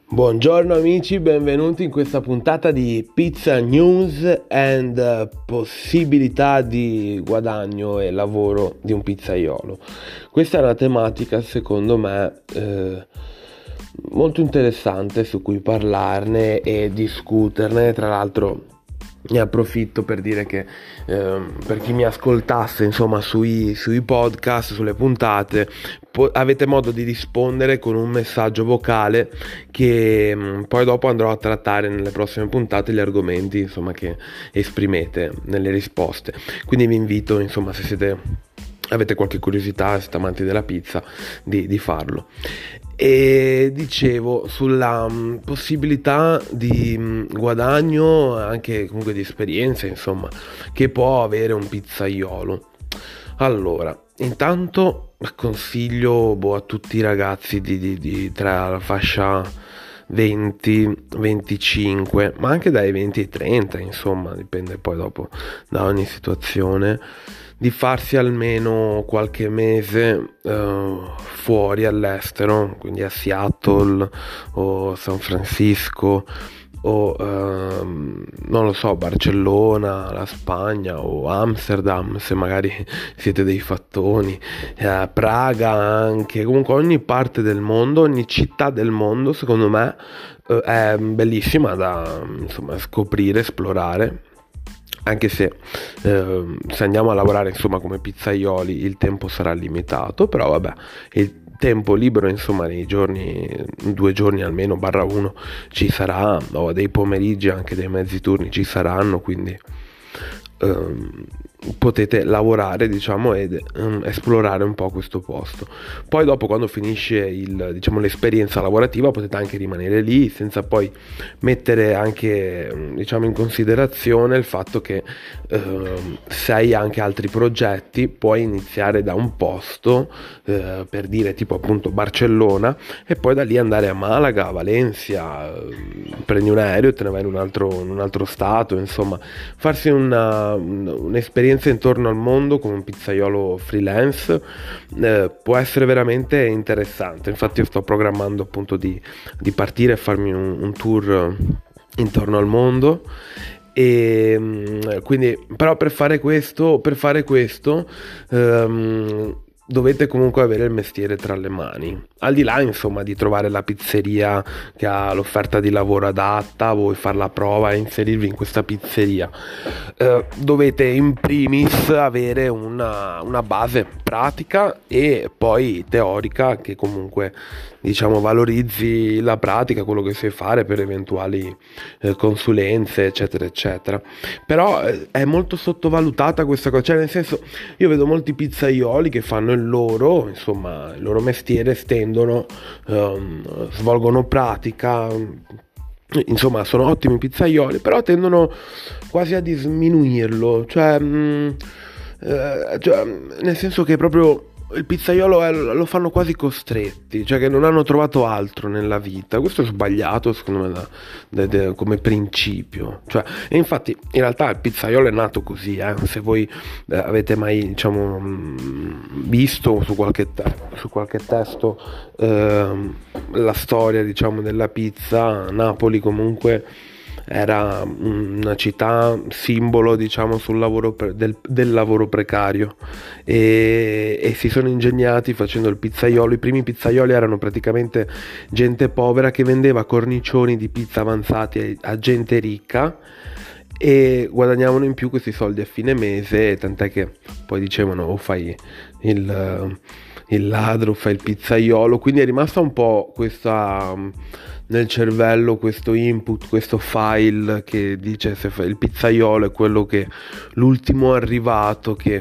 Buongiorno amici, benvenuti in questa puntata di Pizza News and possibilità di guadagno e lavoro di un pizzaiolo. Questa è una tematica secondo me molto interessante su cui parlarne e discuterne. Tra l'altro ne approfitto per dire che per chi mi ascoltasse insomma sui podcast, sulle puntate, avete modo di rispondere con un messaggio vocale che poi dopo andrò a trattare nelle prossime puntate, gli argomenti insomma che esprimete nelle risposte. Quindi vi invito insomma, se avete qualche curiosità, siete amanti della pizza, di farlo. E dicevo sulla possibilità di guadagno, anche comunque di esperienza insomma, che può avere un pizzaiolo. Allora, intanto consiglio a tutti i ragazzi tra la fascia 20-25, ma anche dai 20 ai 30, insomma, dipende poi dopo da ogni situazione, di farsi almeno qualche mese fuori all'estero, quindi a Seattle o San Francisco o non lo so, Barcellona, la Spagna o Amsterdam, se magari siete dei fattoni, Praga anche, comunque ogni parte del mondo, ogni città del mondo secondo me è bellissima da insomma scoprire, esplorare. Anche se andiamo a lavorare insomma come pizzaioli il tempo sarà limitato, però vabbè, il tempo libero insomma nei giorni, 2 giorni almeno barra 1 ci sarà, o dei pomeriggi, anche dei mezzi turni ci saranno, quindi potete lavorare diciamo ed esplorare un po' questo posto. Poi dopo, quando finisce l'esperienza lavorativa, potete anche rimanere lì senza poi mettere anche diciamo in considerazione il fatto che se hai anche altri progetti puoi iniziare da un posto, per dire tipo appunto Barcellona, e poi da lì andare a Malaga, a Valencia, prendi un aereo e te ne vai in un altro stato, insomma farsi un'esperienza intorno al mondo come un pizzaiolo freelance può essere veramente interessante. Infatti io sto programmando appunto di partire e farmi un tour intorno al mondo, e quindi però per fare questo dovete comunque avere il mestiere tra le mani, al di là insomma di trovare la pizzeria che ha l'offerta di lavoro adatta, voi fare la prova e inserirvi in questa pizzeria. Dovete in primis avere una base pratica e poi teorica che comunque diciamo valorizzi la pratica, quello che sai fare per eventuali consulenze eccetera eccetera. Però è molto sottovalutata questa cosa, cioè nel senso, io vedo molti pizzaioli che fanno il loro mestiere, stendono, svolgono pratica, insomma sono ottimi pizzaioli, però tendono quasi a disminuirlo, cioè nel senso che proprio il pizzaiolo lo fanno quasi costretti, cioè che non hanno trovato altro nella vita. Questo è sbagliato secondo me come principio, cioè, e infatti in realtà il pizzaiolo è nato così, se voi avete mai diciamo visto su qualche testo la storia diciamo della pizza, Napoli comunque era una città simbolo diciamo sul lavoro del lavoro precario, e si sono ingegnati facendo il pizzaiolo. I primi pizzaioli erano praticamente gente povera che vendeva cornicioni di pizza avanzati a gente ricca, e guadagnavano in più questi soldi a fine mese, tant'è che poi dicevano o fai il ladro, fai il pizzaiolo. Quindi è rimasta un po' questa nel cervello, questo input, questo file che dice se il pizzaiolo è quello che l'ultimo arrivato che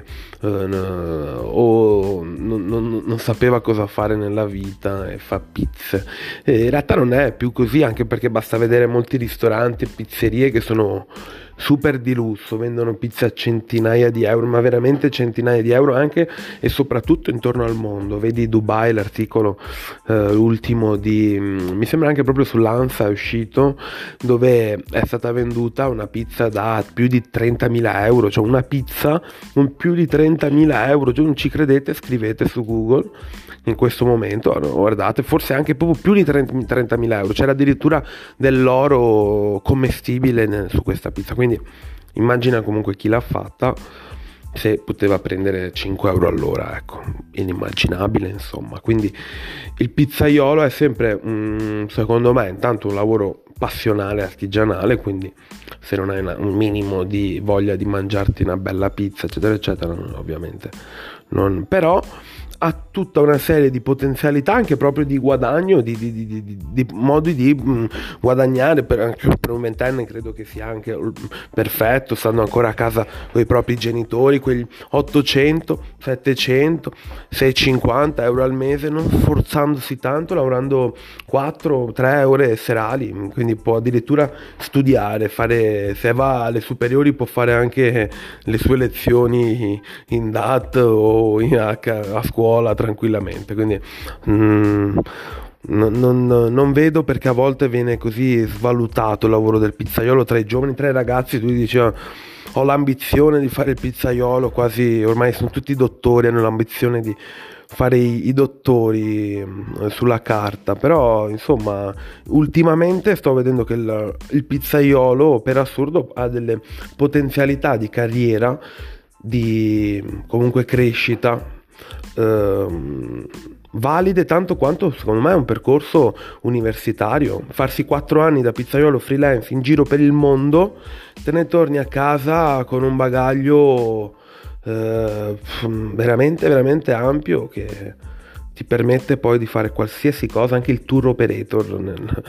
non sapeva cosa fare nella vita e fa pizze. E in realtà non è più così, anche perché basta vedere molti ristoranti e pizzerie che sono super di lusso, vendono pizze a centinaia di euro, ma veramente centinaia di euro, anche e soprattutto intorno al mondo. Vedi Dubai, l'articolo ultimo mi sembra anche proprio proprio sull'Ansa è uscito, dove è stata venduta una pizza da più di 30.000 euro, cioè una pizza con più di 30.000 euro, cioè non ci credete, scrivete su Google in questo momento, guardate, forse anche proprio più di 30.000 euro, c'era addirittura dell'oro commestibile su questa pizza, quindi immagina comunque chi l'ha fatta, se poteva prendere 5 euro all'ora, ecco, inimmaginabile insomma. Quindi il pizzaiolo è sempre, secondo me, intanto un lavoro passionale, artigianale, quindi se non hai un minimo di voglia di mangiarti una bella pizza, eccetera, eccetera, ovviamente non, però ha tutta una serie di potenzialità anche proprio di guadagno, di modi di guadagnare, anche per un ventenne credo che sia anche perfetto, stando ancora a casa con i propri genitori, quegli 800, 700, 650 euro al mese, non sforzandosi tanto, lavorando 4-3 ore serali, quindi può addirittura studiare, fare, se va alle superiori può fare anche le sue lezioni in DAT o a scuola tranquillamente, quindi non vedo perché a volte viene così svalutato il lavoro del pizzaiolo tra i giovani, tra i ragazzi. Tu dici ho l'ambizione di fare il pizzaiolo, quasi ormai sono tutti dottori, hanno l'ambizione di fare i dottori sulla carta, però insomma ultimamente sto vedendo che il pizzaiolo per assurdo ha delle potenzialità di carriera, di comunque crescita valide tanto quanto secondo me è un percorso universitario. Farsi 4 anni da pizzaiolo freelance in giro per il mondo, te ne torni a casa con un bagaglio veramente veramente ampio che ti permette poi di fare qualsiasi cosa, anche il tour operator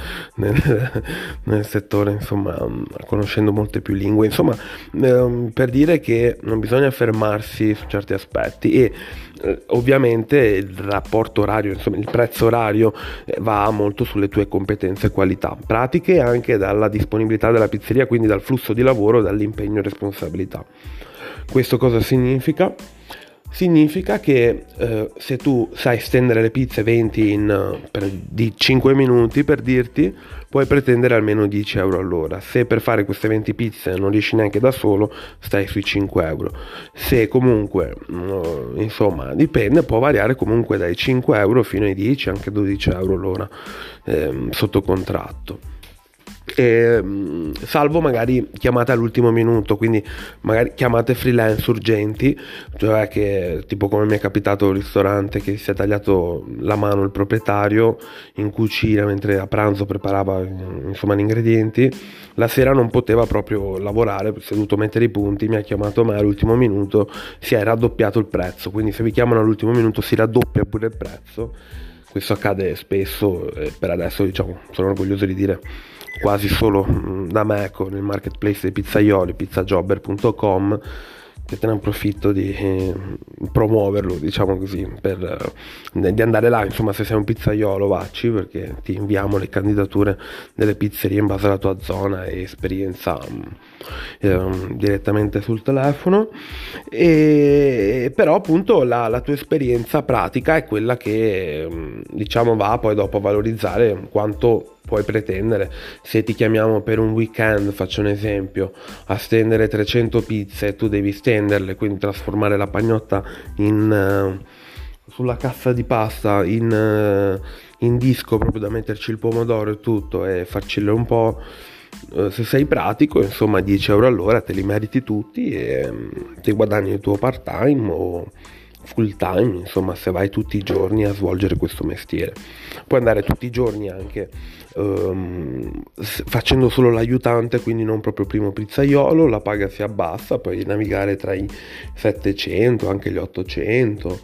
nel settore, insomma, conoscendo molte più lingue, insomma, per dire che non bisogna fermarsi su certi aspetti e ovviamente il rapporto orario, insomma il prezzo orario va molto sulle tue competenze e qualità pratiche, anche dalla disponibilità della pizzeria, quindi dal flusso di lavoro, dall'impegno e responsabilità. Questo cosa significa? Significa che se tu sai stendere le pizze 20 di 5 minuti, per dirti, puoi pretendere almeno 10 euro all'ora. Se per fare queste 20 pizze non riesci neanche da solo, stai sui 5 euro. Se comunque, insomma, dipende, può variare comunque dai 5 euro fino ai 10, anche 12 euro l'ora sotto contratto. Salvo magari chiamate all'ultimo minuto, quindi magari chiamate freelance urgenti, cioè che tipo come mi è capitato al ristorante che si è tagliato la mano il proprietario in cucina mentre a pranzo preparava insomma gli ingredienti, la sera non poteva proprio lavorare, si è dovuto mettere i punti, mi ha chiamato me all'ultimo minuto, si è raddoppiato il prezzo, quindi se vi chiamano all'ultimo minuto si raddoppia pure il prezzo. Questo accade spesso, per adesso diciamo sono orgoglioso di dire quasi solo da me con il marketplace dei pizzaioli, pizzajobber.com, che te ne approfitto di promuoverlo, diciamo così, di andare là, insomma, se sei un pizzaiolo vacci, perché ti inviamo le candidature delle pizzerie in base alla tua zona e esperienza direttamente sul telefono, e però appunto la tua esperienza pratica è quella che diciamo va poi dopo a valorizzare quanto puoi pretendere. Se ti chiamiamo per un weekend, faccio un esempio, a stendere 300 pizze, tu devi stenderle, quindi trasformare la pagnotta sulla cassa di pasta in disco, proprio da metterci il pomodoro e tutto e farcile un po'. Se sei pratico, insomma, 10 euro all'ora te li meriti tutti e ti guadagni il tuo part time o full time, insomma, se vai tutti i giorni a svolgere questo mestiere. Puoi andare tutti i giorni anche facendo solo l'aiutante, quindi non proprio primo pizzaiolo, la paga si abbassa, puoi navigare tra i 700, anche gli 800,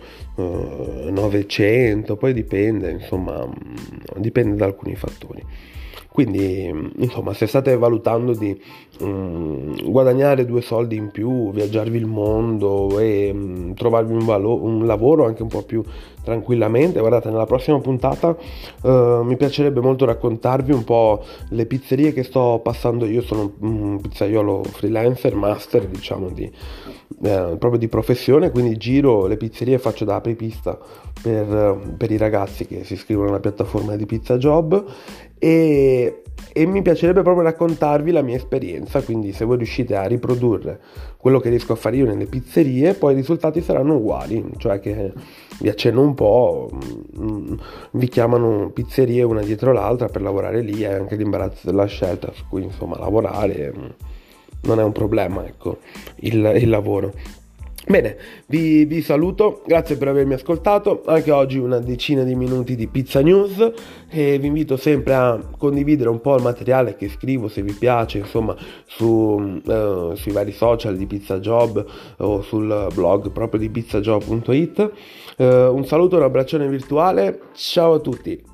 900, poi dipende, insomma, dipende da alcuni fattori. Quindi, insomma, se state valutando di guadagnare 2 soldi in più, viaggiarvi il mondo e trovarvi un lavoro anche un po' più tranquillamente, guardate, nella prossima puntata mi piacerebbe molto raccontarvi un po' le pizzerie che sto passando. Io sono un pizzaiolo freelancer, master, diciamo, proprio di professione, quindi giro le pizzerie, faccio da apripista per i ragazzi che si iscrivono alla piattaforma di Pizza Job e mi piacerebbe proprio raccontarvi la mia esperienza, quindi se voi riuscite a riprodurre quello che riesco a fare io nelle pizzerie, poi i risultati saranno uguali, cioè che vi accenno un po', vi chiamano pizzerie una dietro l'altra per lavorare lì, è anche l'imbarazzo della scelta, su cui insomma lavorare non è un problema, ecco, il lavoro. Bene, vi saluto, grazie per avermi ascoltato, anche oggi una decina di minuti di Pizza News e vi invito sempre a condividere un po' il materiale che scrivo se vi piace, insomma, sui vari social di Pizza Job o sul blog proprio di pizzajob.it. Un saluto, un abbraccione virtuale, ciao a tutti!